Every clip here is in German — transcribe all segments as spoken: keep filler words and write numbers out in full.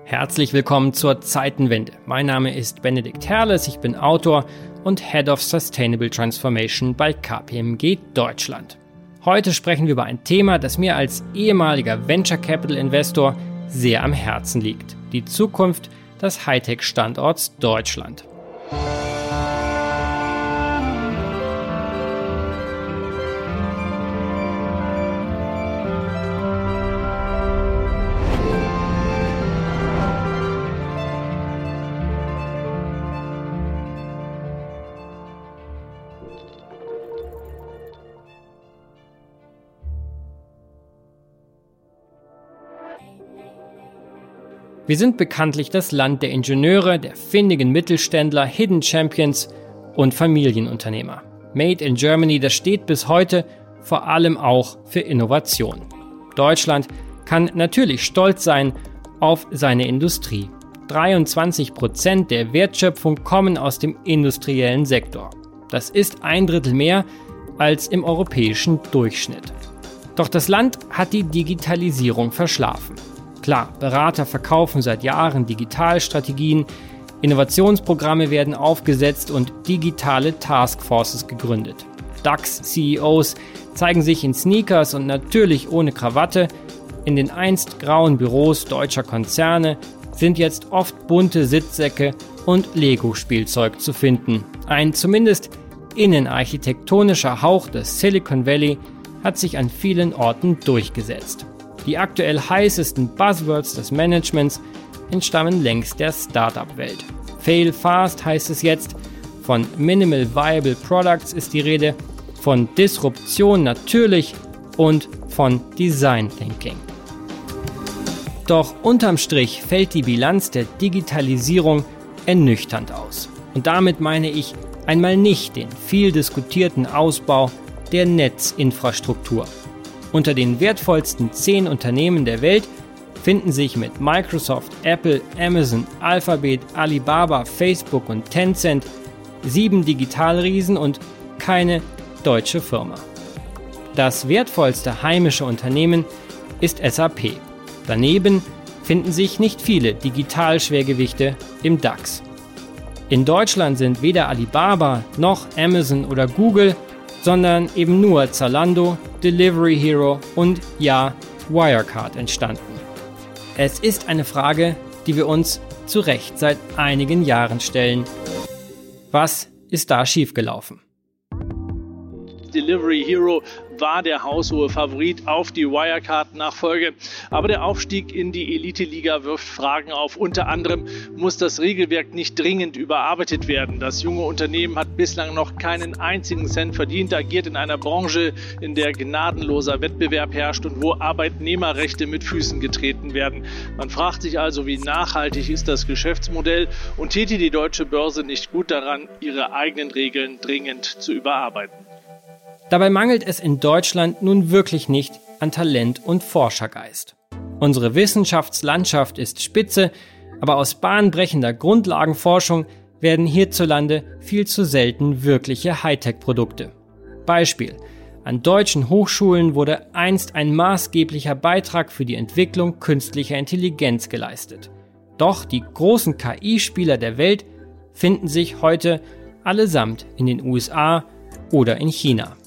Herzlich willkommen zur Zeitenwende. Mein Name ist Benedikt Herles, ich bin Autor und Head of Sustainable Transformation bei K P M G Deutschland. Heute sprechen wir über ein Thema, das mir als ehemaliger Venture Capital Investor sehr am Herzen liegt: die Zukunft des Hightech-Standorts Deutschland. Wir sind bekanntlich das Land der Ingenieure, der findigen Mittelständler, Hidden Champions und Familienunternehmer. Made in Germany, das steht bis heute vor allem auch für Innovation. Deutschland kann natürlich stolz sein auf seine Industrie. dreiundzwanzig Prozent der Wertschöpfung kommen aus dem industriellen Sektor. Das ist ein Drittel mehr als im europäischen Durchschnitt. Doch das Land hat die Digitalisierung verschlafen. Klar, Berater verkaufen seit Jahren Digitalstrategien, Innovationsprogramme werden aufgesetzt und digitale Taskforces gegründet. DAX-C E Os zeigen sich in Sneakers und natürlich ohne Krawatte. In den einst grauen Büros deutscher Konzerne sind jetzt oft bunte Sitzsäcke und Lego-Spielzeug zu finden. Ein zumindest innenarchitektonischer Hauch des Silicon Valley hat sich an vielen Orten durchgesetzt. Die aktuell heißesten Buzzwords des Managements entstammen längst der Startup-Welt. Fail fast heißt es jetzt, von Minimal Viable Products ist die Rede, von Disruption natürlich und von Design Thinking. Doch unterm Strich fällt die Bilanz der Digitalisierung ernüchternd aus. Und damit meine ich einmal nicht den viel diskutierten Ausbau der Netzinfrastruktur. Unter den wertvollsten zehn Unternehmen der Welt finden sich mit Microsoft, Apple, Amazon, Alphabet, Alibaba, Facebook und Tencent sieben Digitalriesen und keine deutsche Firma. Das wertvollste heimische Unternehmen ist S A P. Daneben finden sich nicht viele Digitalschwergewichte im DAX. In Deutschland sind weder Alibaba noch Amazon oder Google, sondern eben nur Zalando, Delivery Hero und ja, Wirecard entstanden. Es ist eine Frage, die wir uns zu Recht seit einigen Jahren stellen. Was ist da schiefgelaufen? Delivery Hero war der haushohe Favorit auf die Wirecard-Nachfolge. Aber der Aufstieg in die Elite-Liga wirft Fragen auf. Unter anderem muss das Regelwerk nicht dringend überarbeitet werden. Das junge Unternehmen hat bislang noch keinen einzigen Cent verdient, agiert in einer Branche, in der gnadenloser Wettbewerb herrscht und wo Arbeitnehmerrechte mit Füßen getreten werden. Man fragt sich also, wie nachhaltig ist das Geschäftsmodell und täte die deutsche Börse nicht gut daran, ihre eigenen Regeln dringend zu überarbeiten. Dabei mangelt es in Deutschland nun wirklich nicht an Talent und Forschergeist. Unsere Wissenschaftslandschaft ist spitze, aber aus bahnbrechender Grundlagenforschung werden hierzulande viel zu selten wirkliche Hightech-Produkte. Beispiel: An deutschen Hochschulen wurde einst ein maßgeblicher Beitrag für die Entwicklung künstlicher Intelligenz geleistet. Doch die großen K I-Spieler der Welt finden sich heute allesamt in den U S A oder in China.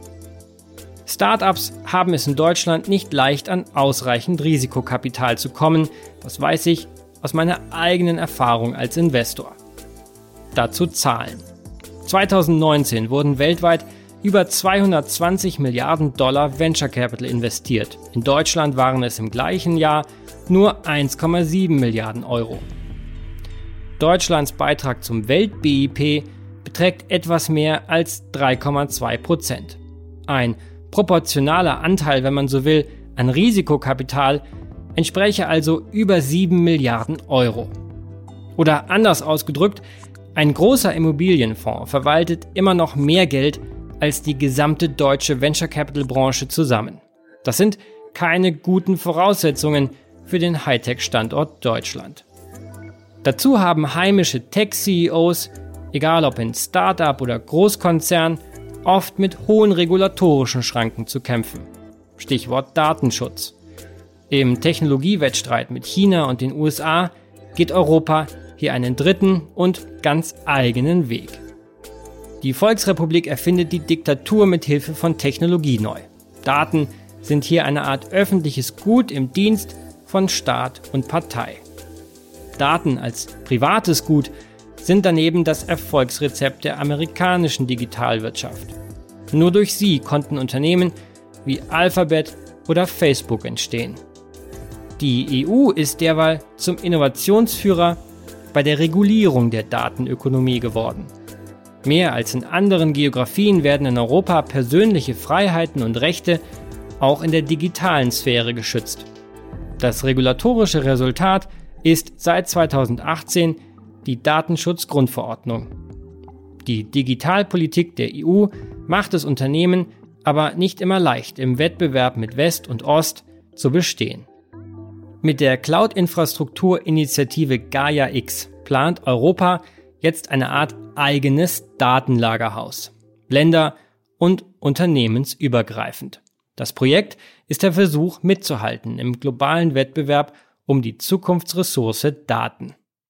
Startups haben es in Deutschland nicht leicht, an ausreichend Risikokapital zu kommen. Das weiß ich aus meiner eigenen Erfahrung als Investor. Dazu Zahlen. zweitausendneunzehn wurden weltweit über zweihundertzwanzig Milliarden Dollar Venture Capital investiert. In Deutschland waren es im gleichen Jahr nur eins Komma sieben Milliarden Euro. Deutschlands Beitrag zum Welt-B I P beträgt etwas mehr als drei Komma zwei Prozent. Ein proportionaler Anteil, wenn man so will, an Risikokapital entspräche also über sieben Milliarden Euro. Oder anders ausgedrückt, ein großer Immobilienfonds verwaltet immer noch mehr Geld als die gesamte deutsche Venture Capital Branche zusammen. Das sind keine guten Voraussetzungen für den Hightech-Standort Deutschland. Dazu haben heimische Tech-C E Os, egal ob in Start-up oder Großkonzern, oft mit hohen regulatorischen Schranken zu kämpfen. Stichwort Datenschutz. Im Technologiewettstreit mit China und den U S A geht Europa hier einen dritten und ganz eigenen Weg. Die Volksrepublik erfindet die Diktatur mit Hilfe von Technologie neu. Daten sind hier eine Art öffentliches Gut im Dienst von Staat und Partei. Daten als privates Gut sind daneben das Erfolgsrezept der amerikanischen Digitalwirtschaft. Nur durch sie konnten Unternehmen wie Alphabet oder Facebook entstehen. Die E U ist derweil zum Innovationsführer bei der Regulierung der Datenökonomie geworden. Mehr als in anderen Geografien werden in Europa persönliche Freiheiten und Rechte auch in der digitalen Sphäre geschützt. Das regulatorische Resultat ist seit zweitausendachtzehn die Datenschutzgrundverordnung. Die Digitalpolitik der E U macht es Unternehmen aber nicht immer leicht, im Wettbewerb mit West und Ost zu bestehen. Mit der Cloud-Infrastruktur-Initiative Gaia X plant Europa jetzt eine Art eigenes Datenlagerhaus, länder- und unternehmensübergreifend. Das Projekt ist der Versuch, mitzuhalten im globalen Wettbewerb um die Zukunftsressource Daten.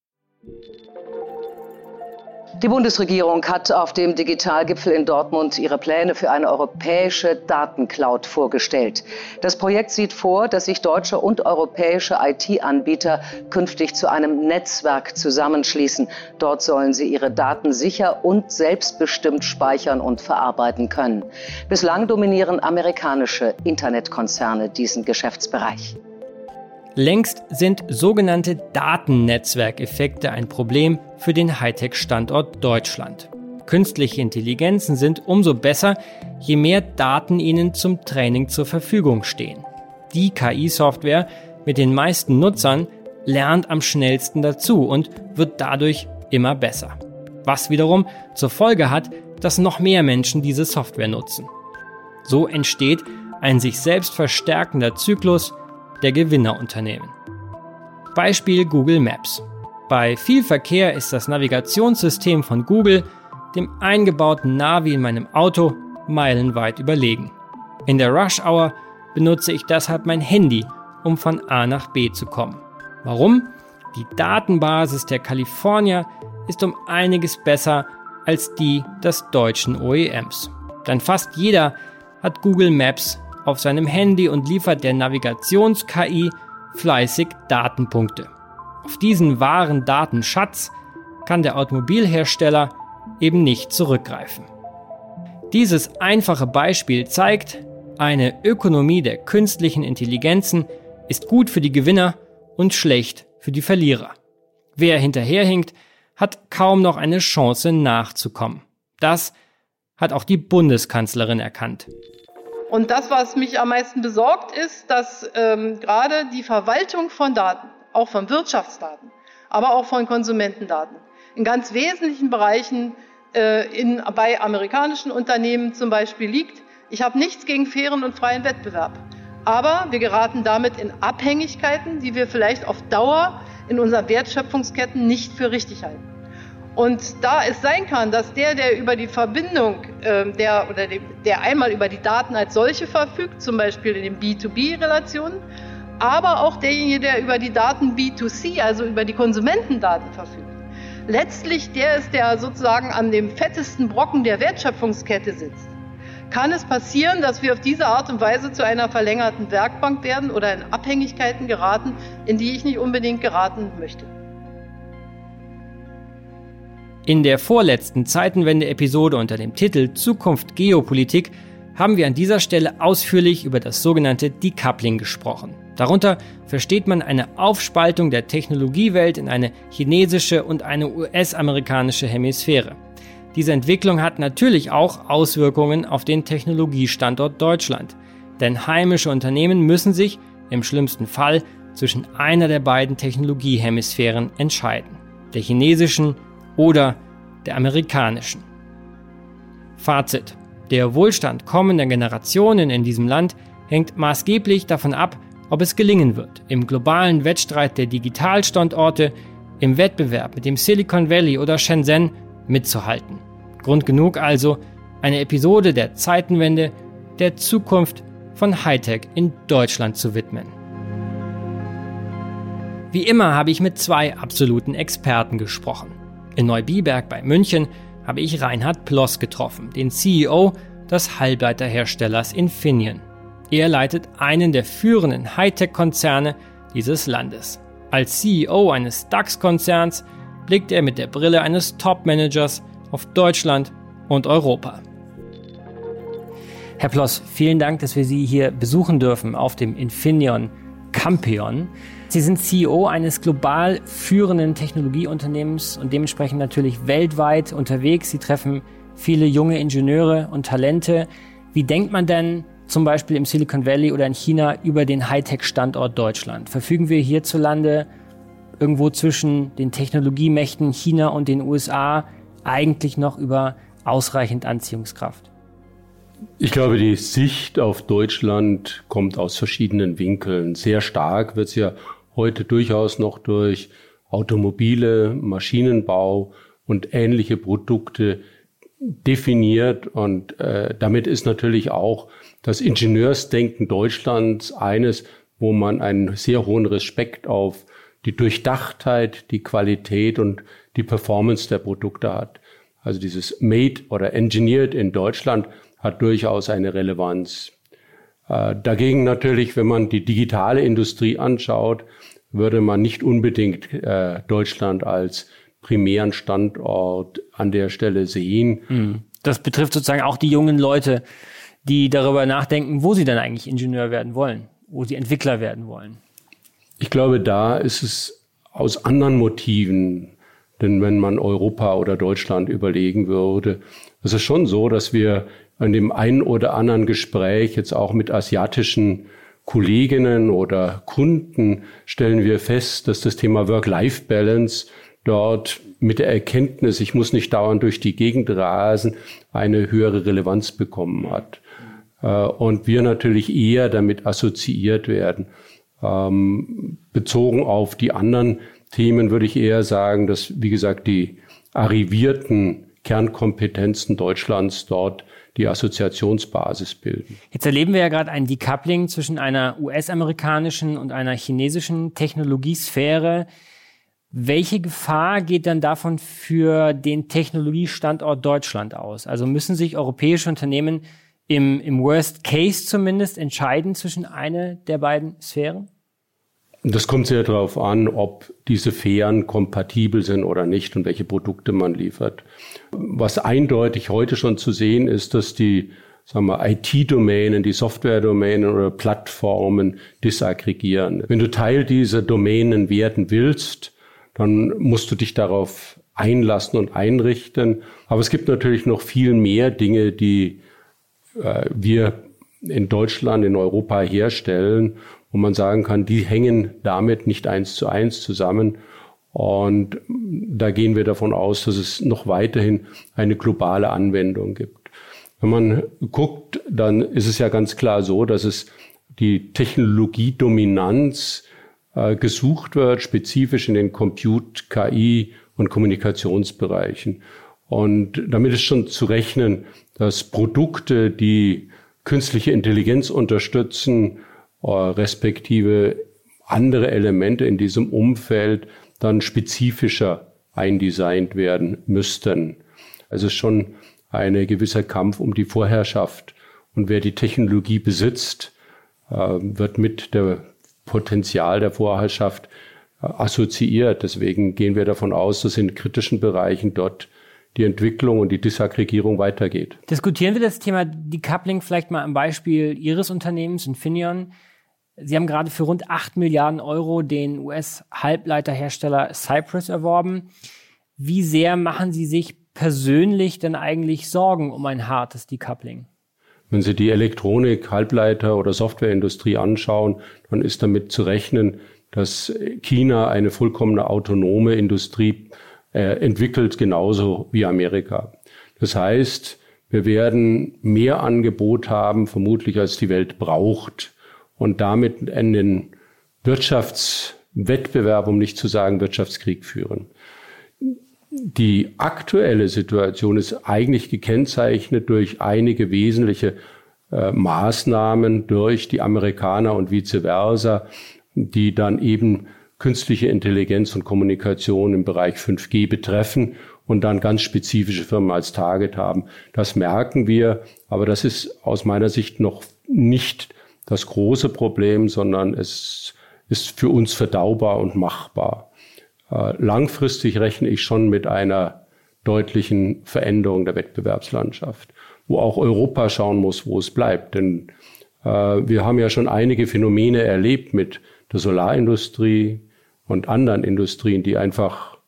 Die Bundesregierung hat auf dem Digitalgipfel in Dortmund ihre Pläne für eine europäische Datencloud vorgestellt. Das Projekt sieht vor, dass sich deutsche und europäische I T-Anbieter künftig zu einem Netzwerk zusammenschließen. Dort sollen sie ihre Daten sicher und selbstbestimmt speichern und verarbeiten können. Bislang dominieren amerikanische Internetkonzerne diesen Geschäftsbereich. Längst sind sogenannte Datennetzwerkeffekte ein Problem für den Hightech-Standort Deutschland. Künstliche Intelligenzen sind umso besser, je mehr Daten ihnen zum Training zur Verfügung stehen. Die K I-Software mit den meisten Nutzern lernt am schnellsten dazu und wird dadurch immer besser. Was wiederum zur Folge hat, dass noch mehr Menschen diese Software nutzen. So entsteht ein sich selbst verstärkender Zyklus der Gewinnerunternehmen. Beispiel Google Maps. Bei viel Verkehr ist das Navigationssystem von Google dem eingebauten Navi in meinem Auto meilenweit überlegen. In der Rush Hour benutze ich deshalb mein Handy, um von A nach B zu kommen. Warum? Die Datenbasis der Kalifornier ist um einiges besser als die des deutschen O E Ms. Denn fast jeder hat Google Maps auf seinem Handy und liefert der Navigations-K I fleißig Datenpunkte. Auf diesen wahren Datenschatz kann der Automobilhersteller eben nicht zurückgreifen. Dieses einfache Beispiel zeigt, eine Ökonomie der künstlichen Intelligenzen ist gut für die Gewinner und schlecht für die Verlierer. Wer hinterherhinkt, hat kaum noch eine Chance nachzukommen. Das hat auch die Bundeskanzlerin erkannt. Und das, was mich am meisten besorgt, ist, dass ähm, gerade die Verwaltung von Daten, auch von Wirtschaftsdaten, aber auch von Konsumentendaten, in ganz wesentlichen Bereichen äh, in, bei amerikanischen Unternehmen zum Beispiel liegt. Ich habe nichts gegen fairen und freien Wettbewerb, aber wir geraten damit in Abhängigkeiten, die wir vielleicht auf Dauer in unseren Wertschöpfungsketten nicht für richtig halten. Und da es sein kann, dass der, der über die Verbindung, äh, der, oder dem, der einmal über die Daten als solche verfügt, zum Beispiel in den B zwei B-Relationen, aber auch derjenige, der über die Daten B zwei C, also über die Konsumentendaten verfügt, letztlich der ist, der sozusagen an dem fettesten Brocken der Wertschöpfungskette sitzt, kann es passieren, dass wir auf diese Art und Weise zu einer verlängerten Werkbank werden oder in Abhängigkeiten geraten, in die ich nicht unbedingt geraten möchte. In der vorletzten Zeitenwende-Episode unter dem Titel Zukunft Geopolitik haben wir an dieser Stelle ausführlich über das sogenannte Decoupling gesprochen. Darunter versteht man eine Aufspaltung der Technologiewelt in eine chinesische und eine U S-amerikanische Hemisphäre. Diese Entwicklung hat natürlich auch Auswirkungen auf den Technologiestandort Deutschland. Denn heimische Unternehmen müssen sich im schlimmsten Fall zwischen einer der beiden Technologiehemisphären entscheiden. Der chinesischen oder der amerikanischen. Fazit: Der Wohlstand kommender Generationen in diesem Land hängt maßgeblich davon ab, ob es gelingen wird, im globalen Wettstreit der Digitalstandorte, im Wettbewerb mit dem Silicon Valley oder Shenzhen mitzuhalten. Grund genug also, eine Episode der Zeitenwende der Zukunft von Hightech in Deutschland zu widmen. Wie immer habe ich mit zwei absoluten Experten gesprochen. In Neubiberg bei München habe ich Reinhard Ploss getroffen, den C E O des Halbleiterherstellers Infineon. Er leitet einen der führenden Hightech-Konzerne dieses Landes. Als C E O eines DAX-Konzerns blickt er mit der Brille eines Top-Managers auf Deutschland und Europa. Herr Ploss, vielen Dank, dass wir Sie hier besuchen dürfen auf dem Infineon Campion. Sie sind C E O eines global führenden Technologieunternehmens und dementsprechend natürlich weltweit unterwegs. Sie treffen viele junge Ingenieure und Talente. Wie denkt man denn zum Beispiel im Silicon Valley oder in China über den Hightech-Standort Deutschland? Verfügen wir hierzulande irgendwo zwischen den Technologiemächten China und den U S A eigentlich noch über ausreichend Anziehungskraft? Ich glaube, die Sicht auf Deutschland kommt aus verschiedenen Winkeln. Sehr stark wird es ja heute durchaus noch durch Automobile, Maschinenbau und ähnliche Produkte definiert. Und äh, damit ist natürlich auch das Ingenieursdenken Deutschlands eines, wo man einen sehr hohen Respekt auf die Durchdachtheit, die Qualität und die Performance der Produkte hat. Also dieses Made oder Engineered in Deutschland hat durchaus eine Relevanz. Äh, dagegen natürlich, wenn man die digitale Industrie anschaut, würde man nicht unbedingt äh, Deutschland als primären Standort an der Stelle sehen. Das betrifft sozusagen auch die jungen Leute, die darüber nachdenken, wo sie dann eigentlich Ingenieur werden wollen, wo sie Entwickler werden wollen. Ich glaube, da ist es aus anderen Motiven, denn wenn man Europa oder Deutschland überlegen würde, es ist schon so, dass wir in dem einen oder anderen Gespräch jetzt auch mit asiatischen Kolleginnen oder Kunden stellen wir fest, dass das Thema Work-Life-Balance dort mit der Erkenntnis, ich muss nicht dauernd durch die Gegend rasen, eine höhere Relevanz bekommen hat. Und wir natürlich eher damit assoziiert werden. Bezogen auf die anderen Themen würde ich eher sagen, dass, wie gesagt, die arrivierten Kernkompetenzen Deutschlands dort die Assoziationsbasis bilden. Jetzt erleben wir ja gerade ein Decoupling zwischen einer U S-amerikanischen und einer chinesischen Technologiesphäre. Welche Gefahr geht dann davon für den Technologiestandort Deutschland aus? Also müssen sich europäische Unternehmen im, im Worst Case zumindest entscheiden zwischen einer der beiden Sphären? Das kommt sehr darauf an, ob diese Sphären kompatibel sind oder nicht und welche Produkte man liefert. Was eindeutig heute schon zu sehen ist, dass die, sagen wir, I T-Domänen, die Software-Domänen oder Plattformen disaggregieren. Wenn du Teil dieser Domänen werden willst, dann musst du dich darauf einlassen und einrichten. Aber es gibt natürlich noch viel mehr Dinge, die äh, wir in Deutschland, in Europa herstellen, wo man sagen kann, die hängen damit nicht eins zu eins zusammen. Und da gehen wir davon aus, dass es noch weiterhin eine globale Anwendung gibt. Wenn man guckt, dann ist es ja ganz klar so, dass es die Technologiedominanz äh, gesucht wird, spezifisch in den Compute-, K I- und Kommunikationsbereichen. Und damit ist schon zu rechnen, dass Produkte, die künstliche Intelligenz unterstützen, respektive andere Elemente in diesem Umfeld dann spezifischer eindesignt werden müssten. Es ist schon ein gewisser Kampf um die Vorherrschaft. Und wer die Technologie besitzt, wird mit dem Potenzial der Vorherrschaft assoziiert. Deswegen gehen wir davon aus, dass in kritischen Bereichen dort die Entwicklung und die Disaggregierung weitergeht. Diskutieren wir das Thema Decoupling vielleicht mal am Beispiel Ihres Unternehmens Infineon. Sie haben gerade für rund acht Milliarden Euro den U S-Halbleiterhersteller Cypress erworben. Wie sehr machen Sie sich persönlich denn eigentlich Sorgen um ein hartes Decoupling? Wenn Sie die Elektronik-, Halbleiter- oder Softwareindustrie anschauen, dann ist damit zu rechnen, dass China eine vollkommene autonome Industrie äh, entwickelt, genauso wie Amerika. Das heißt, wir werden mehr Angebot haben, vermutlich als die Welt braucht, und damit einen Wirtschaftswettbewerb, um nicht zu sagen Wirtschaftskrieg führen. Die aktuelle Situation ist eigentlich gekennzeichnet durch einige wesentliche äh, Maßnahmen durch die Amerikaner und vice versa, die dann eben künstliche Intelligenz und Kommunikation im Bereich fünf G betreffen und dann ganz spezifische Firmen als Target haben. Das merken wir, aber das ist aus meiner Sicht noch nicht das große Problem, sondern es ist für uns verdaubar und machbar. Äh, langfristig rechne ich schon mit einer deutlichen Veränderung der Wettbewerbslandschaft, wo auch Europa schauen muss, wo es bleibt. Denn äh, wir haben ja schon einige Phänomene erlebt mit der Solarindustrie und anderen Industrien, die einfach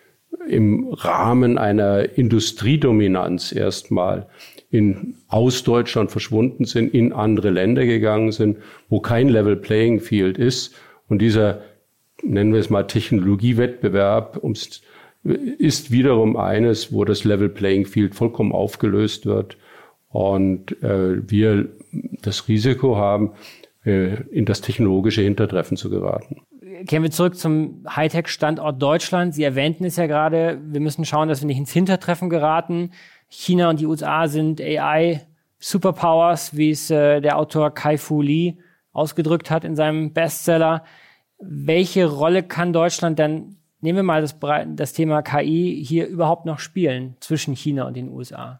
im Rahmen einer Industriedominanz erstmal in, aus Deutschland verschwunden sind, in andere Länder gegangen sind, wo kein Level Playing Field ist. Und dieser, nennen wir es mal, Technologiewettbewerb ums, ist wiederum eines, wo das Level Playing Field vollkommen aufgelöst wird und äh, wir das Risiko haben, äh, in das technologische Hintertreffen zu geraten. Kehren wir zurück zum Hightech-Standort Deutschland. Sie erwähnten es ja gerade, wir müssen schauen, dass wir nicht ins Hintertreffen geraten. China und die U S A sind A I-Superpowers, wie es äh, der Autor Kai-Fu Lee ausgedrückt hat in seinem Bestseller. Welche Rolle kann Deutschland denn, nehmen wir mal das, das Thema K I, hier überhaupt noch spielen zwischen China und den U S A?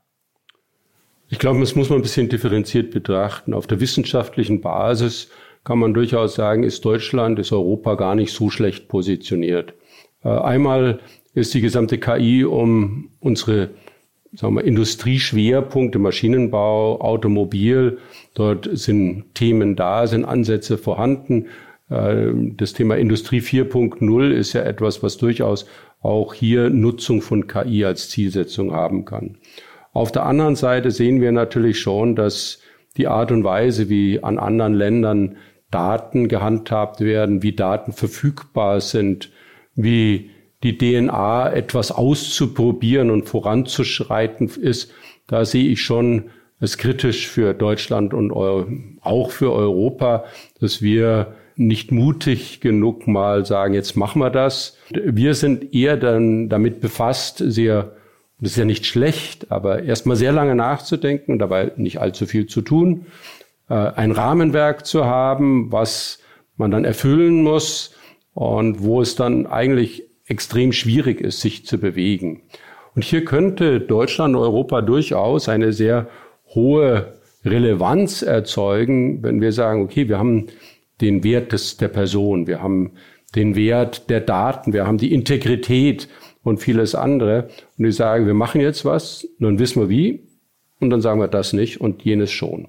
Ich glaube, das muss man ein bisschen differenziert betrachten. Auf der wissenschaftlichen Basis kann man durchaus sagen, ist Deutschland, ist Europa gar nicht so schlecht positioniert. Äh, einmal ist die gesamte K I um unsere, sagen wir, Industrieschwerpunkte, Maschinenbau, Automobil, dort sind Themen da, sind Ansätze vorhanden. Äh, das Thema Industrie vier Punkt null ist ja etwas, was durchaus auch hier Nutzung von K I als Zielsetzung haben kann. Auf der anderen Seite sehen wir natürlich schon, dass die Art und Weise, wie an anderen Ländern Daten gehandhabt werden, wie Daten verfügbar sind, wie die D N A etwas auszuprobieren und voranzuschreiten ist, da sehe ich schon es kritisch für Deutschland und auch für Europa, dass wir nicht mutig genug mal sagen, jetzt machen wir das. Wir sind eher dann damit befasst, sehr, das ist ja nicht schlecht, aber erstmal sehr lange nachzudenken und dabei nicht allzu viel zu tun, ein Rahmenwerk zu haben, was man dann erfüllen muss und wo es dann eigentlich extrem schwierig ist, sich zu bewegen. Und hier könnte Deutschland und Europa durchaus eine sehr hohe Relevanz erzeugen, wenn wir sagen, okay, wir haben den Wert des, der Person, wir haben den Wert der Daten, wir haben die Integrität und vieles andere. Und ich sage, wir machen jetzt was, dann wissen wir wie und dann sagen wir das nicht und jenes schon.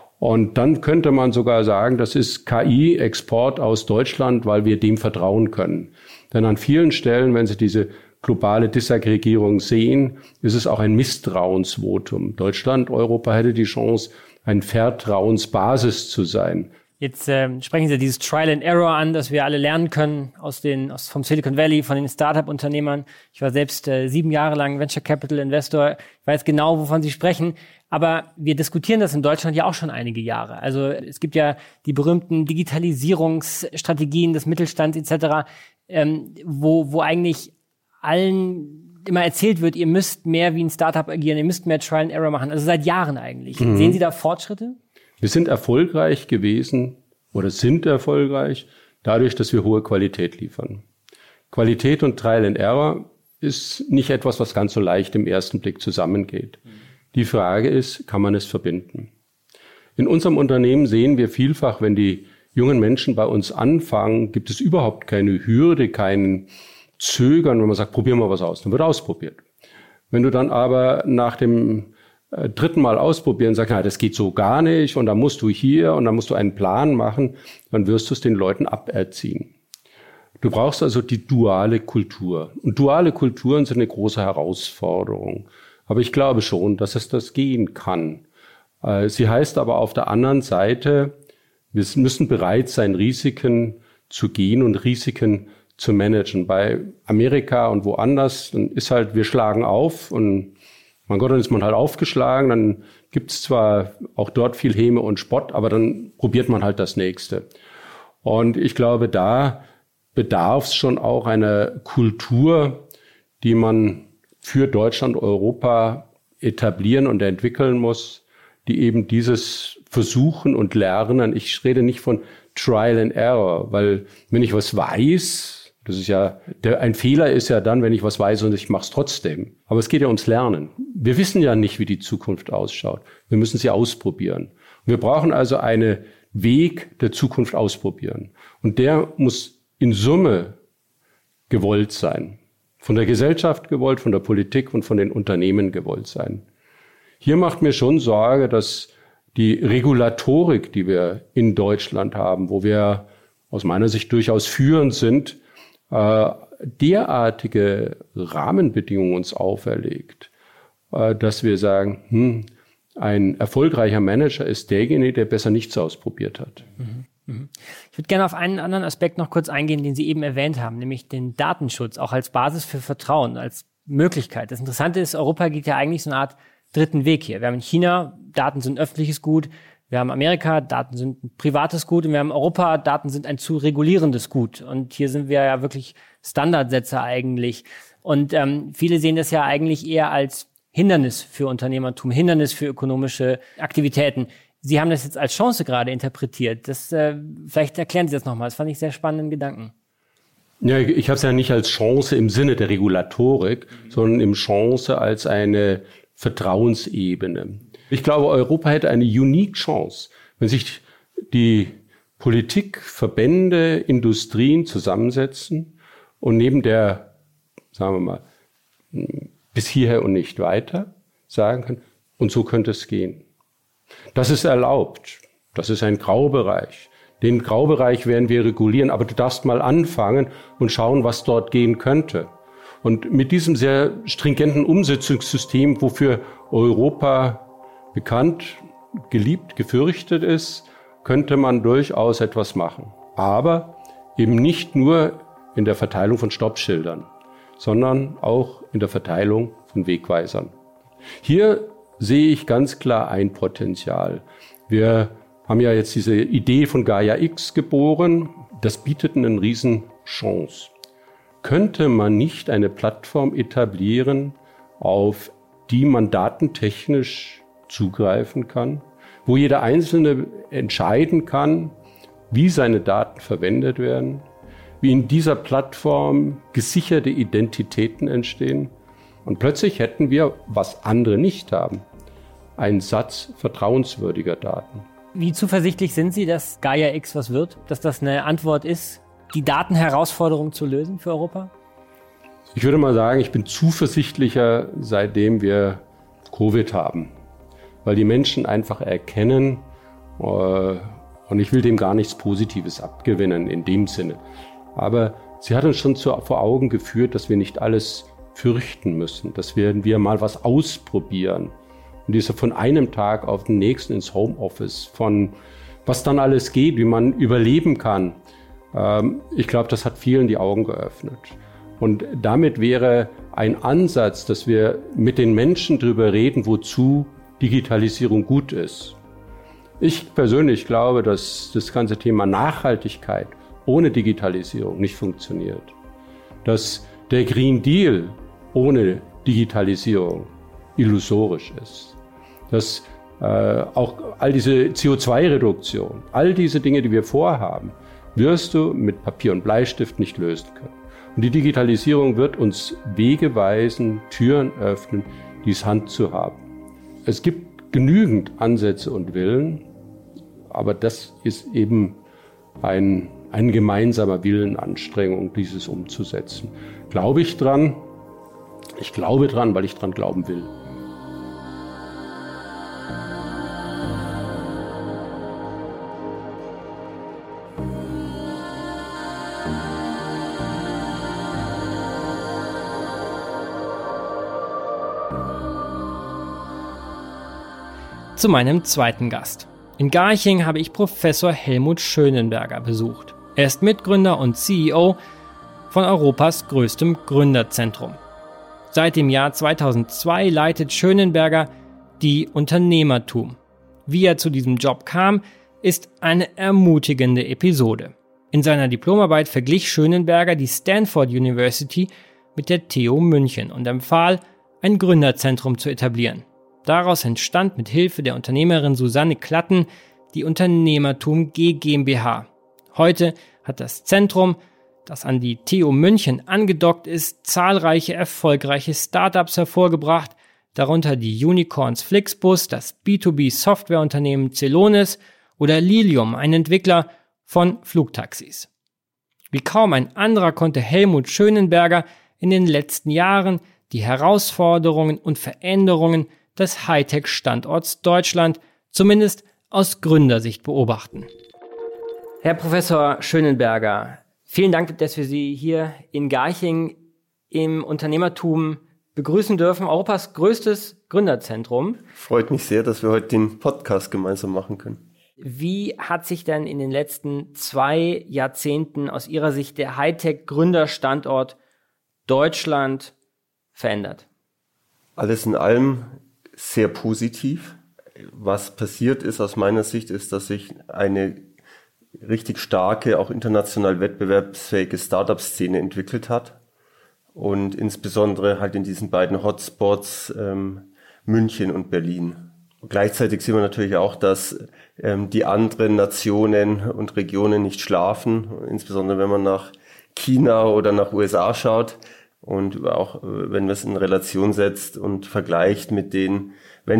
Und dann könnte man sogar sagen, das ist K I-Export aus Deutschland, weil wir dem vertrauen können. Denn an vielen Stellen, wenn Sie diese globale Disaggregierung sehen, ist es auch ein Misstrauensvotum. Deutschland, Europa hätte die Chance, ein Vertrauensbasis zu sein. Jetzt äh, sprechen Sie dieses Trial and Error an, das wir alle lernen können aus den aus vom Silicon Valley, von den Startup-Unternehmern. Ich war selbst äh, sieben Jahre lang Venture Capital Investor. Ich weiß genau, wovon Sie sprechen. Aber wir diskutieren das in Deutschland ja auch schon einige Jahre. Also es gibt ja die berühmten Digitalisierungsstrategien des Mittelstands et cetera, ähm, wo, wo eigentlich allen immer erzählt wird, ihr müsst mehr wie ein Startup agieren, ihr müsst mehr Trial and Error machen. Also seit Jahren eigentlich. Mhm. Sehen Sie da Fortschritte? Wir sind erfolgreich gewesen oder sind erfolgreich dadurch, dass wir hohe Qualität liefern. Qualität und Trial and Error ist nicht etwas, was ganz so leicht im ersten Blick zusammengeht. Mhm. Die Frage ist, kann man es verbinden? In unserem Unternehmen sehen wir vielfach, wenn die jungen Menschen bei uns anfangen, gibt es überhaupt keine Hürde, kein Zögern, wenn man sagt, probier mal was aus, dann wird ausprobiert. Wenn du dann aber nach dem äh, dritten Mal ausprobieren sagst, na, das geht so gar nicht und dann musst du hier und dann musst du einen Plan machen, dann wirst du es den Leuten aberziehen. Du brauchst also die duale Kultur. Und duale Kulturen sind eine große Herausforderung. Aber ich glaube schon, dass es das gehen kann. Sie heißt aber auf der anderen Seite, wir müssen bereit sein, Risiken zu gehen und Risiken zu managen. Bei Amerika und woanders, dann ist halt, wir schlagen auf und mein Gott, dann ist man halt aufgeschlagen, dann gibt es zwar auch dort viel Häme und Spott, aber dann probiert man halt das Nächste. Und ich glaube, da bedarf es schon auch einer Kultur, die man für Deutschland, Europa etablieren und entwickeln muss, die eben dieses Versuchen und Lernen, ich rede nicht von Trial and Error, weil wenn ich was weiß, das ist ja, der, ein Fehler ist ja dann, wenn ich was weiß und ich mache es trotzdem. Aber es geht ja ums Lernen. Wir wissen ja nicht, wie die Zukunft ausschaut. Wir müssen sie ausprobieren. Wir brauchen also einen Weg der Zukunft ausprobieren. Und der muss in Summe gewollt sein. Von der Gesellschaft gewollt, von der Politik und von den Unternehmen gewollt sein. Hier macht mir schon Sorge, dass die Regulatorik, die wir in Deutschland haben, wo wir aus meiner Sicht durchaus führend sind, äh, derartige Rahmenbedingungen uns auferlegt, äh, dass wir sagen, hm, ein erfolgreicher Manager ist derjenige, der besser nichts ausprobiert hat. Mhm. Ich würde gerne auf einen anderen Aspekt noch kurz eingehen, den Sie eben erwähnt haben, nämlich den Datenschutz, auch als Basis für Vertrauen, als Möglichkeit. Das Interessante ist, Europa geht ja eigentlich so eine Art dritten Weg hier. Wir haben in China, Daten sind öffentliches Gut, wir haben Amerika, Daten sind ein privates Gut und wir haben Europa, Daten sind ein zu regulierendes Gut. Und hier sind wir ja wirklich Standardsetzer eigentlich. Und ähm, viele sehen das ja eigentlich eher als Hindernis für Unternehmertum, Hindernis für ökonomische Aktivitäten. Sie haben das jetzt als Chance gerade interpretiert. Das, äh, vielleicht erklären Sie das nochmal. Das fand ich sehr spannenden Gedanken. Ja, ich habe es ja nicht als Chance im Sinne der Regulatorik, mhm. sondern im Chance als eine Vertrauensebene. Ich glaube, Europa hätte eine unique Chance, wenn sich die Politik, Verbände, Industrien zusammensetzen und neben der, sagen wir mal, bis hierher und nicht weiter sagen können, und so könnte es gehen. Das ist erlaubt. Das ist ein Graubereich. Den Graubereich werden wir regulieren, aber du darfst mal anfangen und schauen, was dort gehen könnte. Und mit diesem sehr stringenten Umsetzungssystem, wofür Europa bekannt, geliebt, gefürchtet ist, könnte man durchaus etwas machen. Aber eben nicht nur in der Verteilung von Stoppschildern, sondern auch in der Verteilung von Wegweisern. Hier sehe ich ganz klar ein Potenzial. Wir haben ja jetzt diese Idee von Gaia X geboren. Das bietet eine Riesenchance. Könnte man nicht eine Plattform etablieren, auf die man datentechnisch zugreifen kann, wo jeder Einzelne entscheiden kann, wie seine Daten verwendet werden, wie in dieser Plattform gesicherte Identitäten entstehen? Und plötzlich hätten wir, was andere nicht haben, einen Satz vertrauenswürdiger Daten. Wie zuversichtlich sind Sie, dass Gaia X was wird? Dass das eine Antwort ist, die Datenherausforderung zu lösen für Europa? Ich würde mal sagen, ich bin zuversichtlicher, seitdem wir Covid haben. Weil die Menschen einfach erkennen, äh, und ich will dem gar nichts Positives abgewinnen in dem Sinne. Aber sie hat uns schon zu, vor Augen geführt, dass wir nicht alles fürchten müssen, dass wir, wir mal was ausprobieren. Und diese von einem Tag auf den nächsten ins Homeoffice, von was dann alles geht, wie man überleben kann. Ähm, ich glaube, das hat vielen die Augen geöffnet. Und damit wäre ein Ansatz, dass wir mit den Menschen darüber reden, wozu Digitalisierung gut ist. Ich persönlich glaube, dass das ganze Thema Nachhaltigkeit ohne Digitalisierung nicht funktioniert. Dass der Green Deal ohne Digitalisierung illusorisch ist. Dass äh, auch all diese C O zwei Reduktion, all diese Dinge, die wir vorhaben, wirst du mit Papier und Bleistift nicht lösen können. Und die Digitalisierung wird uns Wege weisen, Türen öffnen, dies Hand zu haben. Es gibt genügend Ansätze und Willen, aber das ist eben ein, ein gemeinsamer Willenanstrengung, dieses umzusetzen. Glaube ich dran? Ich glaube dran, weil ich dran glauben will. Zu meinem zweiten Gast. In Garching habe ich Professor Helmut Schönenberger besucht. Er ist Mitgründer und C E O von Europas größtem Gründerzentrum. Seit dem Jahr zweitausendzwei leitet Schönenberger die Unternehmertum. Wie er zu diesem Job kam, ist eine ermutigende Episode. In seiner Diplomarbeit verglich Schönenberger die Stanford University mit der T U München und empfahl, ein Gründerzentrum zu etablieren. Daraus entstand mit Hilfe der Unternehmerin Susanne Klatten die Unternehmertum G GmbH. Heute hat das Zentrum, das an die T U München angedockt ist, zahlreiche erfolgreiche Startups hervorgebracht, darunter die Unicorns Flixbus, das B zwei B Softwareunternehmen Celonis oder Lilium, ein Entwickler von Flugtaxis. Wie kaum ein anderer konnte Helmut Schönenberger in den letzten Jahren die Herausforderungen und Veränderungen des Hightech-Standorts Deutschland zumindest aus Gründersicht beobachten. Herr Professor Schönenberger, vielen Dank, dass wir Sie hier in Garching im Unternehmertum begrüßen dürfen. Europas größtes Gründerzentrum. Freut mich sehr, dass wir heute den Podcast gemeinsam machen können. Wie hat sich denn in den letzten zwei Jahrzehnten aus Ihrer Sicht der Hightech-Gründerstandort Deutschland verändert? Alles in allem sehr positiv. Was passiert ist aus meiner Sicht, ist, dass sich eine richtig starke, auch international wettbewerbsfähige Startup-Szene entwickelt hat. Und insbesondere halt in diesen beiden Hotspots ähm, München und Berlin. Und gleichzeitig sehen wir natürlich auch, dass ähm, die anderen Nationen und Regionen nicht schlafen, insbesondere wenn man nach China oder nach U S A schaut. Und auch wenn man es in Relation setzt und vergleicht mit den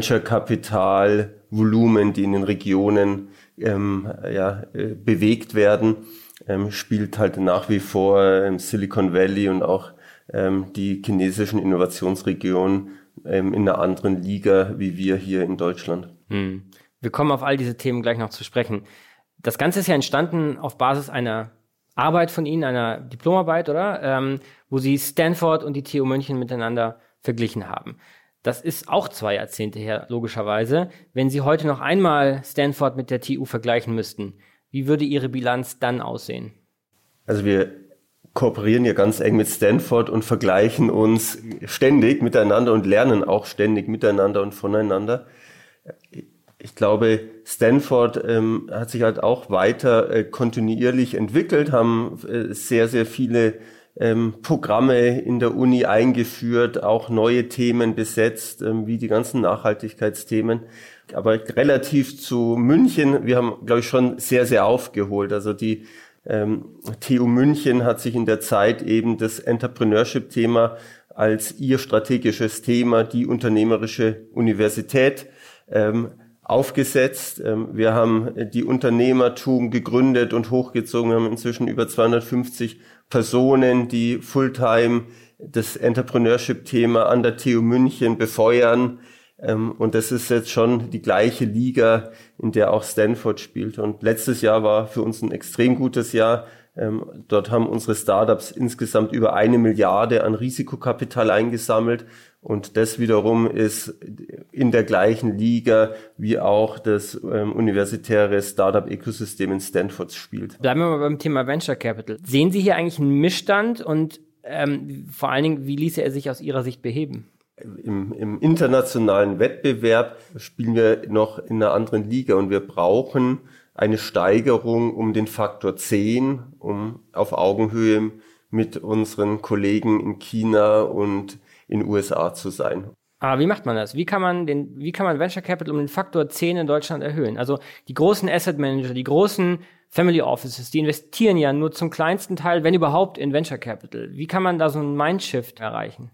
Venture-Kapital-Volumen, die in den Regionen ähm, ja, äh, bewegt werden, ähm, spielt halt nach wie vor ähm, Silicon Valley und auch ähm, die chinesischen Innovationsregionen ähm, in einer anderen Liga wie wir hier in Deutschland. Hm. Wir kommen auf all diese Themen gleich noch zu sprechen. Das Ganze ist ja entstanden auf Basis einer Arbeit von Ihnen, einer Diplomarbeit, oder? Ähm, wo Sie Stanford und die T U München miteinander verglichen haben. Das ist auch zwei Jahrzehnte her, logischerweise. Wenn Sie heute noch einmal Stanford mit der T U vergleichen müssten, wie würde Ihre Bilanz dann aussehen? Also wir kooperieren ja ganz eng mit Stanford und vergleichen uns ständig miteinander und lernen auch ständig miteinander und voneinander. Ich glaube, Stanford ähm, hat sich halt auch weiter äh, kontinuierlich entwickelt, haben äh, sehr, sehr viele ähm, Programme in der Uni eingeführt, auch neue Themen besetzt, ähm, wie die ganzen Nachhaltigkeitsthemen. Aber relativ zu München, wir haben, glaube ich, schon sehr, sehr aufgeholt. Also die ähm, T U München hat sich in der Zeit eben das Entrepreneurship-Thema als ihr strategisches Thema, die unternehmerische Universität, ähm, aufgesetzt. Wir haben die Unternehmertum gegründet und hochgezogen. Wir haben inzwischen über zweihundertfünfzig Personen, die Fulltime das Entrepreneurship-Thema an der T U München befeuern. Und das ist jetzt schon die gleiche Liga, in der auch Stanford spielt. Und letztes Jahr war für uns ein extrem gutes Jahr. Dort haben unsere Startups insgesamt über eine Milliarde an Risikokapital eingesammelt. Und das wiederum ist in der gleichen Liga, wie auch das ähm, universitäre Startup-Ökosystem in Stanford spielt. Bleiben wir mal beim Thema Venture Capital. Sehen Sie hier eigentlich einen Missstand und ähm, vor allen Dingen, wie ließe er sich aus Ihrer Sicht beheben? Im, Im internationalen Wettbewerb spielen wir noch in einer anderen Liga und wir brauchen eine Steigerung um den Faktor zehn, um auf Augenhöhe mit unseren Kollegen in China und in den U S A zu sein. Aber wie macht man das? Wie kann man den, wie kann man Venture Capital um den Faktor zehn in Deutschland erhöhen? Also die großen Asset Manager, die großen Family Offices, die investieren ja nur zum kleinsten Teil, wenn überhaupt, in Venture Capital. Wie kann man da so einen Mindshift erreichen?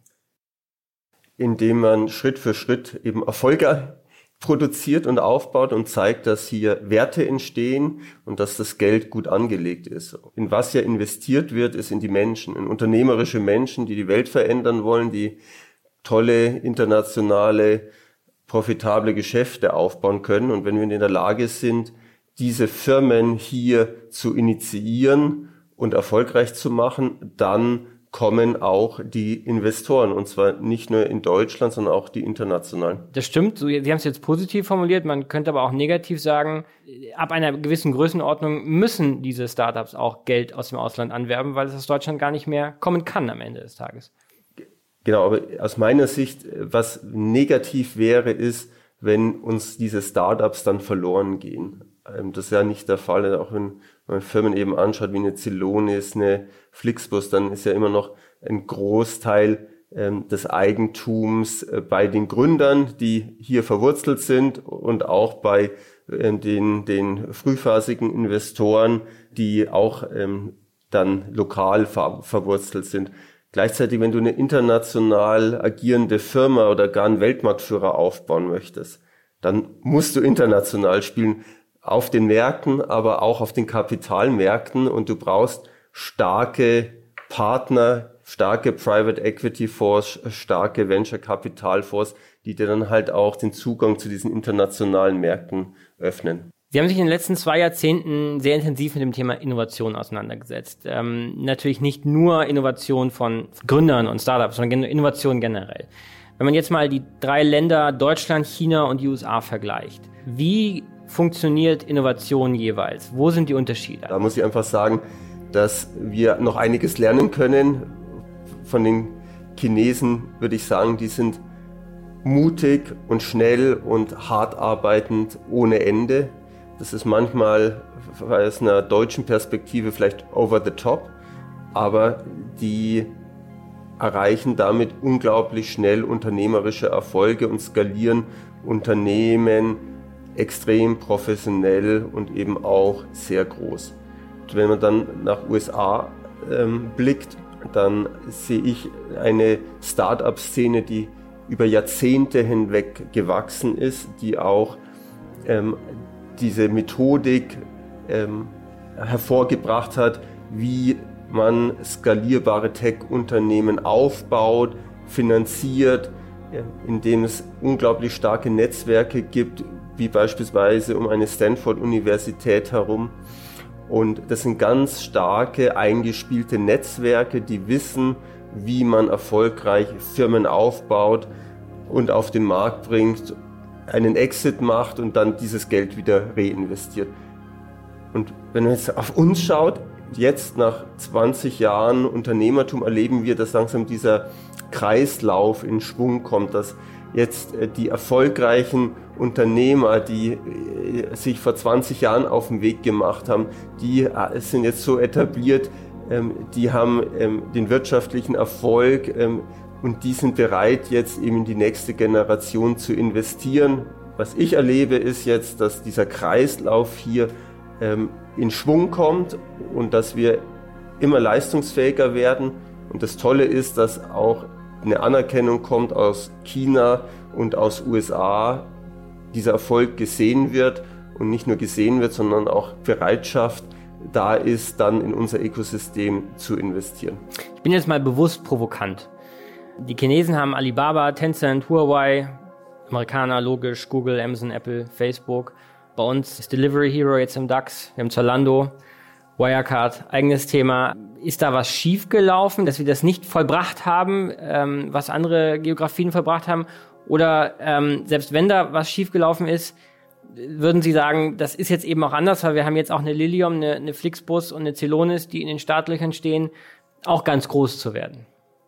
Indem man Schritt für Schritt eben Erfolge produziert und aufbaut und zeigt, dass hier Werte entstehen und dass das Geld gut angelegt ist. In was ja investiert wird, ist in die Menschen, in unternehmerische Menschen, die die Welt verändern wollen, die tolle, internationale, profitable Geschäfte aufbauen können. Und wenn wir in der Lage sind, diese Firmen hier zu initiieren und erfolgreich zu machen, dann kommen auch die Investoren, und zwar nicht nur in Deutschland, sondern auch die internationalen. Das stimmt, Sie haben es jetzt positiv formuliert, man könnte aber auch negativ sagen, ab einer gewissen Größenordnung müssen diese Startups auch Geld aus dem Ausland anwerben, weil es aus Deutschland gar nicht mehr kommen kann am Ende des Tages. Genau, aber aus meiner Sicht, was negativ wäre, ist, wenn uns diese Startups dann verloren gehen. Das ist ja nicht der Fall, auch wenn man Firmen eben anschaut, wie eine Celonis, eine Flixbus, dann ist ja immer noch ein Großteil ähm, des Eigentums äh, bei den Gründern, die hier verwurzelt sind und auch bei äh, den, den frühphasigen Investoren, die auch ähm, dann lokal ver- verwurzelt sind. Gleichzeitig, wenn du eine international agierende Firma oder gar einen Weltmarktführer aufbauen möchtest, dann musst du international spielen, auf den Märkten, aber auch auf den Kapitalmärkten, und du brauchst starke Partner, starke Private Equity Fonds, starke Venture Capital Fonds, die dir dann halt auch den Zugang zu diesen internationalen Märkten öffnen. Sie haben sich in den letzten zwei Jahrzehnten sehr intensiv mit dem Thema Innovation auseinandergesetzt. Ähm, natürlich nicht nur Innovation von Gründern und Startups, sondern Innovation generell. Wenn man jetzt mal die drei Länder Deutschland, China und die U S A vergleicht, wie funktioniert Innovation jeweils? Wo sind die Unterschiede? Da muss ich einfach sagen, dass wir noch einiges lernen können. Von den Chinesen würde ich sagen, die sind mutig und schnell und hart arbeitend ohne Ende. Das ist manchmal aus einer deutschen Perspektive vielleicht over the top, aber die erreichen damit unglaublich schnell unternehmerische Erfolge und skalieren Unternehmen extrem professionell und eben auch sehr groß. Und wenn man dann nach U S A ähm, blickt, dann sehe ich eine Start-up-Szene, die über Jahrzehnte hinweg gewachsen ist, die auch ähm, diese Methodik ähm, hervorgebracht hat, wie man skalierbare Tech-Unternehmen aufbaut, finanziert, äh, indem es unglaublich starke Netzwerke gibt, wie beispielsweise um eine Stanford-Universität herum. Und das sind ganz starke, eingespielte Netzwerke, die wissen, wie man erfolgreich Firmen aufbaut und auf den Markt bringt, einen Exit macht und dann dieses Geld wieder reinvestiert. Und wenn man jetzt auf uns schaut, jetzt nach zwanzig Jahren Unternehmertum erleben wir, dass langsam dieser Kreislauf in Schwung kommt, dass jetzt die erfolgreichen Unternehmer, die sich vor zwanzig Jahren auf den Weg gemacht haben, die sind jetzt so etabliert, die haben den wirtschaftlichen Erfolg und die sind bereit, jetzt eben in die nächste Generation zu investieren. Was ich erlebe, ist jetzt, dass dieser Kreislauf hier in Schwung kommt und dass wir immer leistungsfähiger werden. Und das Tolle ist, dass auch eine Anerkennung kommt aus China und aus U S A, dieser Erfolg gesehen wird und nicht nur gesehen wird, sondern auch Bereitschaft da ist, dann in unser Ökosystem zu investieren. Ich bin jetzt mal bewusst provokant. Die Chinesen haben Alibaba, Tencent, Huawei, Amerikaner logisch, Google, Amazon, Apple, Facebook. Bei uns ist Delivery Hero jetzt im DAX, wir haben Zalando, Wirecard, eigenes Thema. Ist da was schiefgelaufen, dass wir das nicht vollbracht haben, ähm, was andere Geografien vollbracht haben? Oder ähm, selbst wenn da was schiefgelaufen ist, würden Sie sagen, das ist jetzt eben auch anders, weil wir haben jetzt auch eine Lilium, eine, eine Flixbus und eine Celonis, die in den Startlöchern stehen, auch ganz groß zu werden?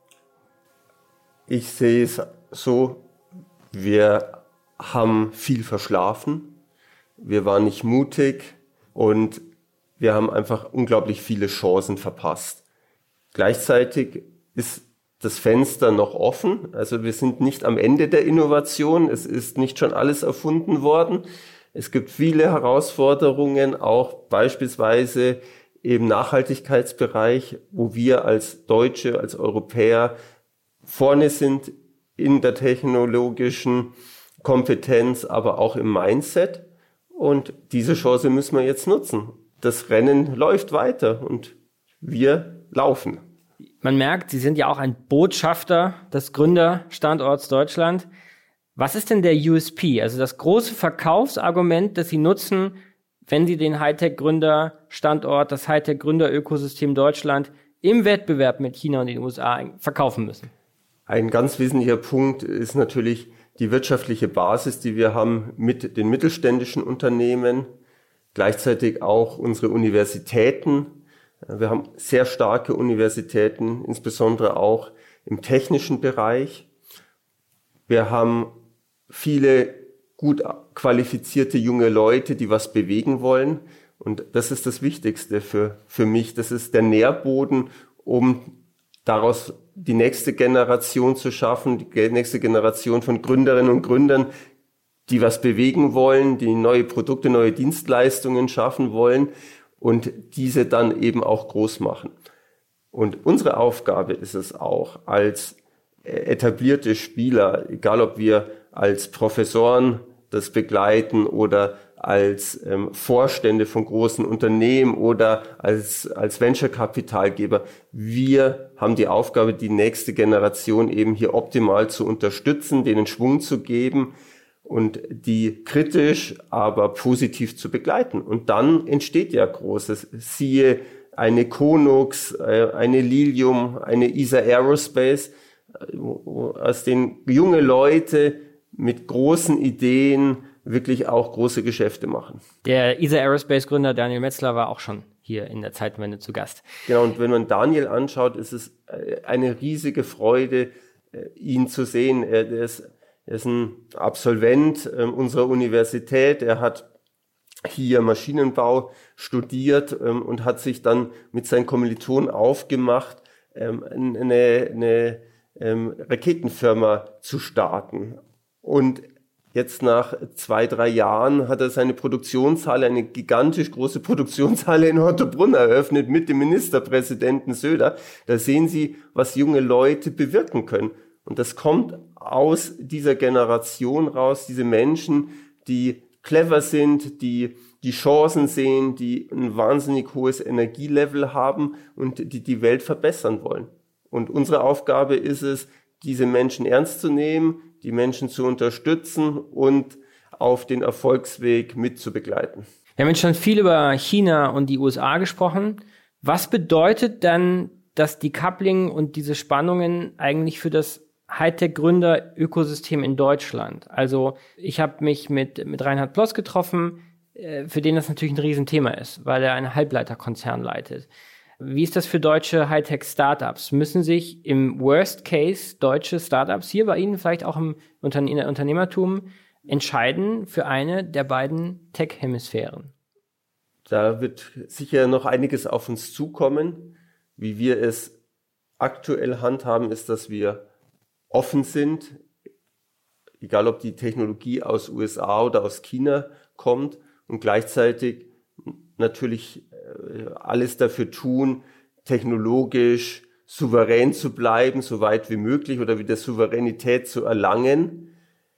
Ich sehe es so, wir haben viel verschlafen, wir waren nicht mutig und wir haben einfach unglaublich viele Chancen verpasst. Gleichzeitig ist das Fenster noch offen. Also wir sind nicht am Ende der Innovation. Es ist nicht schon alles erfunden worden. Es gibt viele Herausforderungen, auch beispielsweise im Nachhaltigkeitsbereich, wo wir als Deutsche, als Europäer vorne sind in der technologischen Kompetenz, aber auch im Mindset. Und diese Chance müssen wir jetzt nutzen. Das Rennen läuft weiter und wir laufen. Man merkt, Sie sind ja auch ein Botschafter des Gründerstandorts Deutschland. Was ist denn der U S P, also das große Verkaufsargument, das Sie nutzen, wenn Sie den Hightech-Gründerstandort, das Hightech-Gründerökosystem Deutschland im Wettbewerb mit China und den U S A verkaufen müssen? Ein ganz wesentlicher Punkt ist natürlich die wirtschaftliche Basis, die wir haben mit den mittelständischen Unternehmen, gleichzeitig auch unsere Universitäten. Wir haben sehr starke Universitäten, insbesondere auch im technischen Bereich. Wir haben viele gut qualifizierte junge Leute, die was bewegen wollen. Und das ist das Wichtigste für, für mich. Das ist der Nährboden, um daraus die nächste Generation zu schaffen, die nächste Generation von Gründerinnen und Gründern, die was bewegen wollen, die neue Produkte, neue Dienstleistungen schaffen wollen und diese dann eben auch groß machen. Und unsere Aufgabe ist es auch, als etablierte Spieler, egal ob wir als Professoren das begleiten oder als ähm, Vorstände von großen Unternehmen oder als, als Venture-Kapitalgeber, wir haben die Aufgabe, die nächste Generation eben hier optimal zu unterstützen, denen Schwung zu geben und die kritisch, aber positiv zu begleiten. Und dann entsteht ja Großes. Siehe eine Konux, eine Lilium, eine E S A Aerospace, aus denen junge Leute mit großen Ideen wirklich auch große Geschäfte machen. Der E S A Aerospace Gründer Daniel Metzler war auch schon hier in der Zeitenwende zu Gast. Genau, und wenn man Daniel anschaut, ist es eine riesige Freude, ihn zu sehen. Er ist, er ist ein Absolvent unserer Universität. Er hat hier Maschinenbau studiert und hat sich dann mit seinen Kommilitonen aufgemacht, eine, eine Raketenfirma zu starten. Und jetzt nach zwei, drei Jahren hat er seine Produktionshalle, eine gigantisch große Produktionshalle in Ottobrunn eröffnet mit dem Ministerpräsidenten Söder. Da sehen Sie, was junge Leute bewirken können. Und das kommt aus dieser Generation raus, diese Menschen, die clever sind, die die Chancen sehen, die ein wahnsinnig hohes Energielevel haben und die die Welt verbessern wollen. Und unsere Aufgabe ist es, diese Menschen ernst zu nehmen, die Menschen zu unterstützen und auf den Erfolgsweg mitzubegleiten. Wir haben jetzt schon viel über China und die U S A gesprochen. Was bedeutet dann das Decoupling und diese Spannungen eigentlich für das Hightech-Gründer-Ökosystem in Deutschland? Also ich habe mich mit, mit Reinhard Ploss getroffen, für den das natürlich ein Riesenthema ist, weil er einen Halbleiterkonzern leitet. Wie ist das für deutsche Hightech-Startups? Müssen sich im Worst Case deutsche Startups hier bei Ihnen, vielleicht auch im Unterne- Unternehmertum, entscheiden für eine der beiden Tech-Hemisphären? Da wird sicher noch einiges auf uns zukommen. Wie wir es aktuell handhaben, ist, dass wir offen sind, egal ob die Technologie aus U S A oder aus China kommt, und gleichzeitig natürlich alles dafür tun, technologisch souverän zu bleiben, so weit wie möglich oder wieder Souveränität zu erlangen.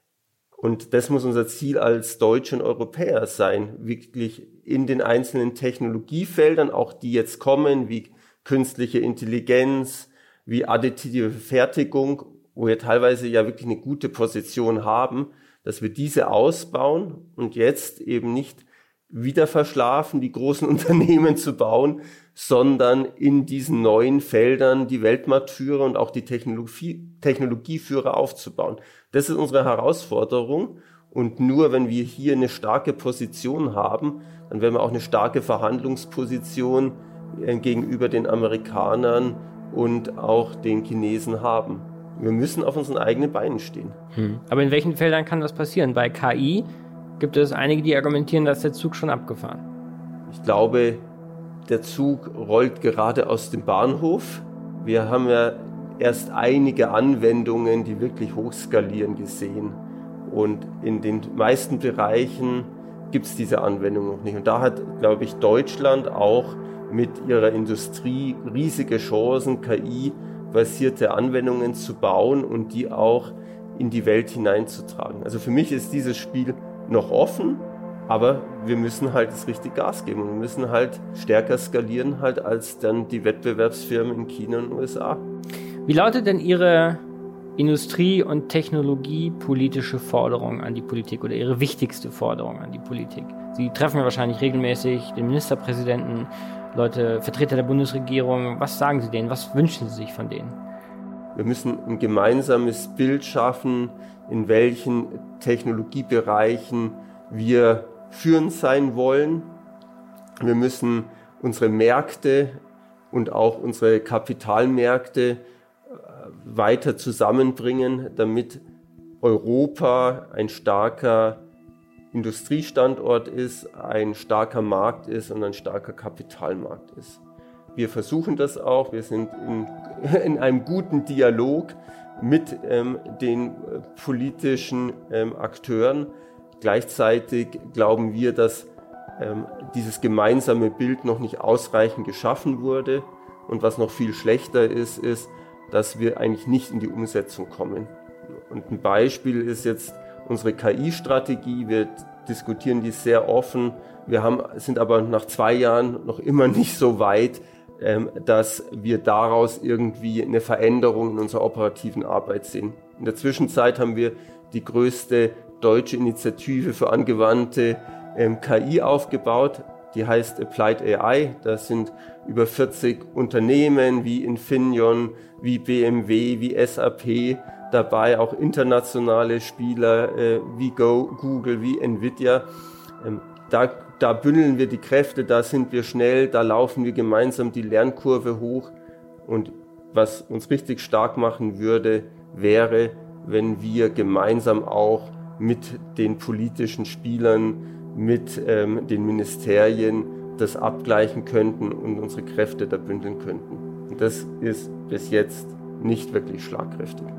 Und das muss unser Ziel als Deutsche und Europäer sein, wirklich in den einzelnen Technologiefeldern, auch die jetzt kommen, wie künstliche Intelligenz, wie additive Fertigung, wo wir teilweise ja wirklich eine gute Position haben, dass wir diese ausbauen und jetzt eben nicht wieder verschlafen, die großen Unternehmen zu bauen, sondern in diesen neuen Feldern die Weltmarktführer und auch die Technologie, Technologieführer aufzubauen. Das ist unsere Herausforderung. Und nur wenn wir hier eine starke Position haben, dann werden wir auch eine starke Verhandlungsposition gegenüber den Amerikanern und auch den Chinesen haben. Wir müssen auf unseren eigenen Beinen stehen. Hm. Aber in welchen Feldern kann das passieren? Bei K I gibt es einige, die argumentieren, dass der Zug schon abgefahren. Ich glaube, der Zug rollt gerade aus dem Bahnhof. Wir haben ja erst einige Anwendungen, die wirklich hochskalieren, gesehen. Und in den meisten Bereichen gibt es diese Anwendung noch nicht. Und da hat, glaube ich, Deutschland auch mit ihrer Industrie riesige Chancen, K I-basierte Anwendungen zu bauen und die auch in die Welt hineinzutragen. Also für mich ist dieses Spiel noch offen, aber wir müssen halt das richtige Gas geben und wir müssen halt stärker skalieren halt als dann die Wettbewerbsfirmen in China und U S A. Wie lautet denn Ihre Industrie- und technologiepolitische Forderung an die Politik oder Ihre wichtigste Forderung an die Politik? Sie treffen ja wahrscheinlich regelmäßig den Ministerpräsidenten, Leute, Vertreter der Bundesregierung. Was sagen Sie denen? Was wünschen Sie sich von denen? Wir müssen ein gemeinsames Bild schaffen, in welchen Technologiebereichen wir führend sein wollen. Wir müssen unsere Märkte und auch unsere Kapitalmärkte weiter zusammenbringen, damit Europa ein starker Industriestandort ist, ein starker Markt ist und ein starker Kapitalmarkt ist. Wir versuchen das auch, wir sind in, in einem guten Dialog mit ähm, den politischen ähm, Akteuren, Gleichzeitig glauben wir, dass ähm, dieses gemeinsame Bild noch nicht ausreichend geschaffen wurde. Und was noch viel schlechter ist, ist, dass wir eigentlich nicht in die Umsetzung kommen. Und ein Beispiel ist jetzt unsere K I-Strategie. Wir diskutieren die sehr offen. Wir haben, sind aber nach zwei Jahren noch immer nicht so weit, ähm, dass wir daraus irgendwie eine Veränderung in unserer operativen Arbeit sehen. In der Zwischenzeit haben wir die größte deutsche Initiative für angewandte ähm, K I aufgebaut. Die heißt Applied A I. Da sind über vierzig Unternehmen wie Infineon, wie B M W, wie S A P dabei, auch internationale Spieler äh, wie Go, Google, wie Nvidia. Ähm, da, da bündeln wir die Kräfte, da sind wir schnell, da laufen wir gemeinsam die Lernkurve hoch. Und was uns richtig stark machen würde, wäre, wenn wir gemeinsam auch mit den politischen Spielern, mit ähm, den Ministerien das abgleichen könnten und unsere Kräfte da bündeln könnten. Und das ist bis jetzt nicht wirklich schlagkräftig.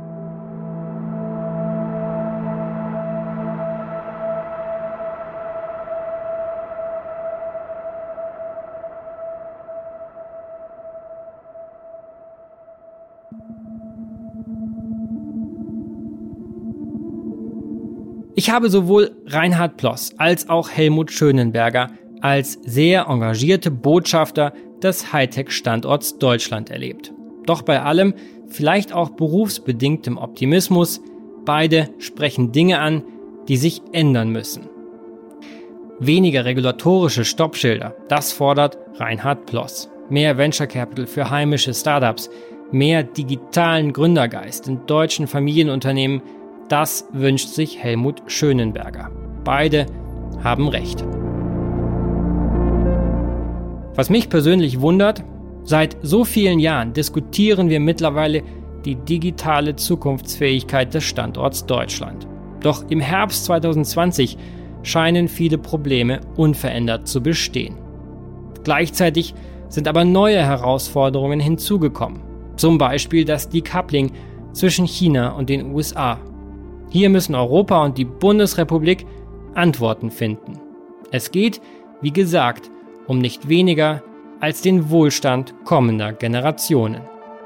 Ich habe sowohl Reinhard Ploss als auch Helmut Schönenberger als sehr engagierte Botschafter des Hightech-Standorts Deutschland erlebt. Doch bei allem, vielleicht auch berufsbedingtem Optimismus, beide sprechen Dinge an, die sich ändern müssen. Weniger regulatorische Stoppschilder, das fordert Reinhard Ploss. Mehr Venture Capital für heimische Startups, mehr digitalen Gründergeist in deutschen Familienunternehmen, das wünscht sich Helmut Schönenberger. Beide haben recht. Was mich persönlich wundert, seit so vielen Jahren diskutieren wir mittlerweile die digitale Zukunftsfähigkeit des Standorts Deutschland. Doch im Herbst zwanzig zwanzig scheinen viele Probleme unverändert zu bestehen. Gleichzeitig sind aber neue Herausforderungen hinzugekommen. Zum Beispiel das Decoupling zwischen China und den U S A. Hier müssen Europa und die Bundesrepublik Antworten finden. Es geht, wie gesagt, um nicht weniger als den Wohlstand kommender Generationen.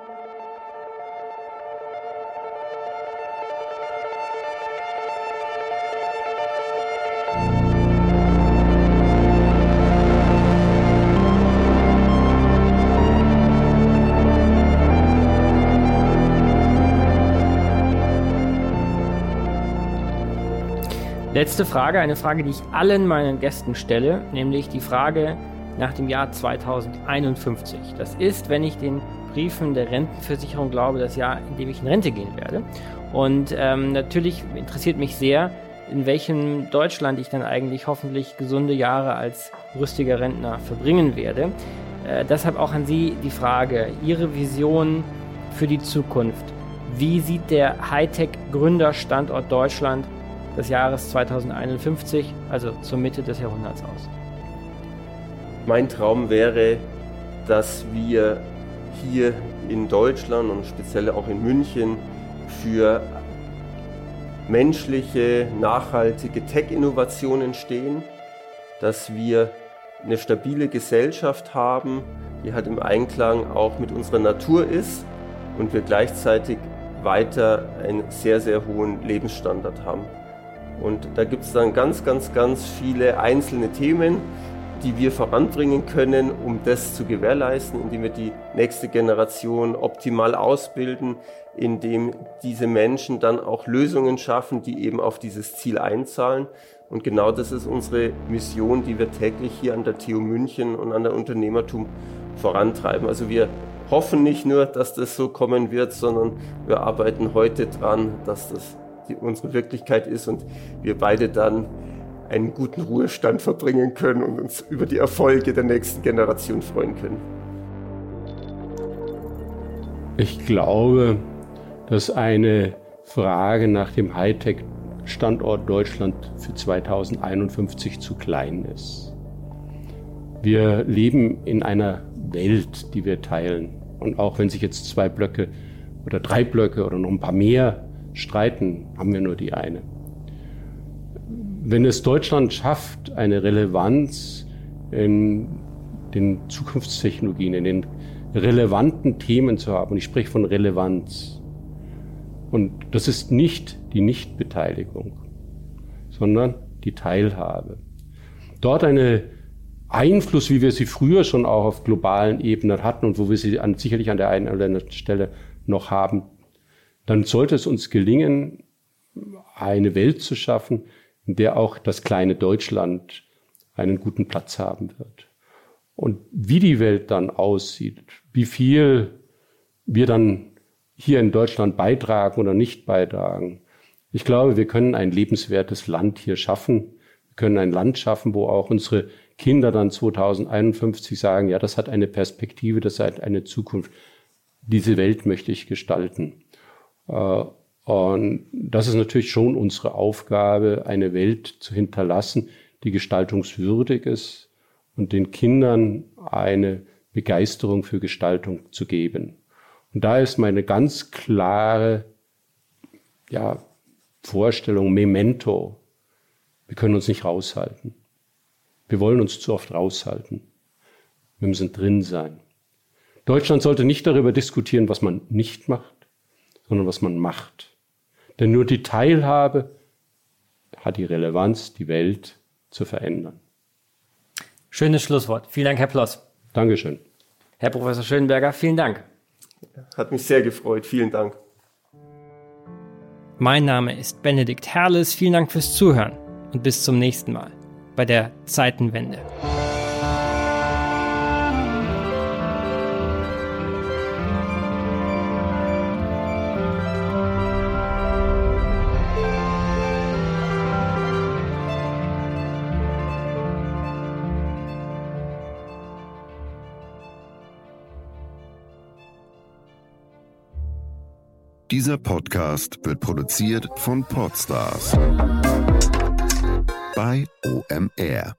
Letzte Frage, eine Frage, die ich allen meinen Gästen stelle, nämlich die Frage nach dem Jahr zweitausendeinundfünfzig. Das ist, wenn ich den Briefen der Rentenversicherung glaube, das Jahr, in dem ich in Rente gehen werde. Und ähm, natürlich interessiert mich sehr, in welchem Deutschland ich dann eigentlich hoffentlich gesunde Jahre als rüstiger Rentner verbringen werde. Äh, deshalb auch an Sie die Frage, Ihre Vision für die Zukunft. Wie sieht der Hightech-Gründerstandort Deutschland des Jahres zweitausendeinundfünfzig, also zur Mitte des Jahrhunderts, aus? Mein Traum wäre, dass wir hier in Deutschland und speziell auch in München für menschliche, nachhaltige Tech-Innovationen stehen, dass wir eine stabile Gesellschaft haben, die halt im Einklang auch mit unserer Natur ist und wir gleichzeitig weiter einen sehr, sehr hohen Lebensstandard haben. Und da gibt es dann ganz, ganz, ganz viele einzelne Themen, die wir voranbringen können, um das zu gewährleisten, indem wir die nächste Generation optimal ausbilden, indem diese Menschen dann auch Lösungen schaffen, die eben auf dieses Ziel einzahlen. Und genau das ist unsere Mission, die wir täglich hier an der T U München und an der Unternehmertum vorantreiben. Also wir hoffen nicht nur, dass das so kommen wird, sondern wir arbeiten heute dran, dass das die unsere Wirklichkeit ist und wir beide dann einen guten Ruhestand verbringen können und uns über die Erfolge der nächsten Generation freuen können. Ich glaube, dass eine Frage nach dem Hightech-Standort Deutschland für zweitausendeinundfünfzig zu klein ist. Wir leben in einer Welt, die wir teilen. Und auch wenn sich jetzt zwei Blöcke oder drei Blöcke oder noch ein paar mehr streiten, haben wir nur die eine. wenn es Deutschland schafft, eine Relevanz in den Zukunftstechnologien, in den relevanten Themen zu haben, und ich spreche von Relevanz, und das ist nicht die Nichtbeteiligung, sondern die Teilhabe. Dort einen Einfluss, wie wir sie früher schon auch auf globalen Ebenen hatten und wo wir sie an, sicherlich an der einen oder anderen Stelle noch haben, dann sollte es uns gelingen, eine Welt zu schaffen, in der auch das kleine Deutschland einen guten Platz haben wird. Und wie die Welt dann aussieht, wie viel wir dann hier in Deutschland beitragen oder nicht beitragen. Ich glaube, wir können ein lebenswertes Land hier schaffen. Wir können ein Land schaffen, wo auch unsere Kinder dann zweitausendeinundfünfzig sagen, ja, das hat eine Perspektive, das hat eine Zukunft. Diese Welt möchte ich gestalten. Und das ist natürlich schon unsere Aufgabe, eine Welt zu hinterlassen, die gestaltungswürdig ist und den Kindern eine Begeisterung für Gestaltung zu geben. Und da ist meine ganz klare ja, Vorstellung, Memento. Wir können uns nicht raushalten. Wir wollen uns zu oft raushalten. Wir müssen drin sein. Deutschland sollte nicht darüber diskutieren, was man nicht macht, sondern was man macht. Denn nur die Teilhabe hat die Relevanz, die Welt zu verändern. Schönes Schlusswort. Vielen Dank, Herr Ploss. Dankeschön. Herr Professor Schönenberger, vielen Dank. Hat mich sehr gefreut. Vielen Dank. Mein Name ist Benedikt Herles. Vielen Dank fürs Zuhören und bis zum nächsten Mal bei der Zeitenwende. Dieser Podcast wird produziert von Podstars bei O M R.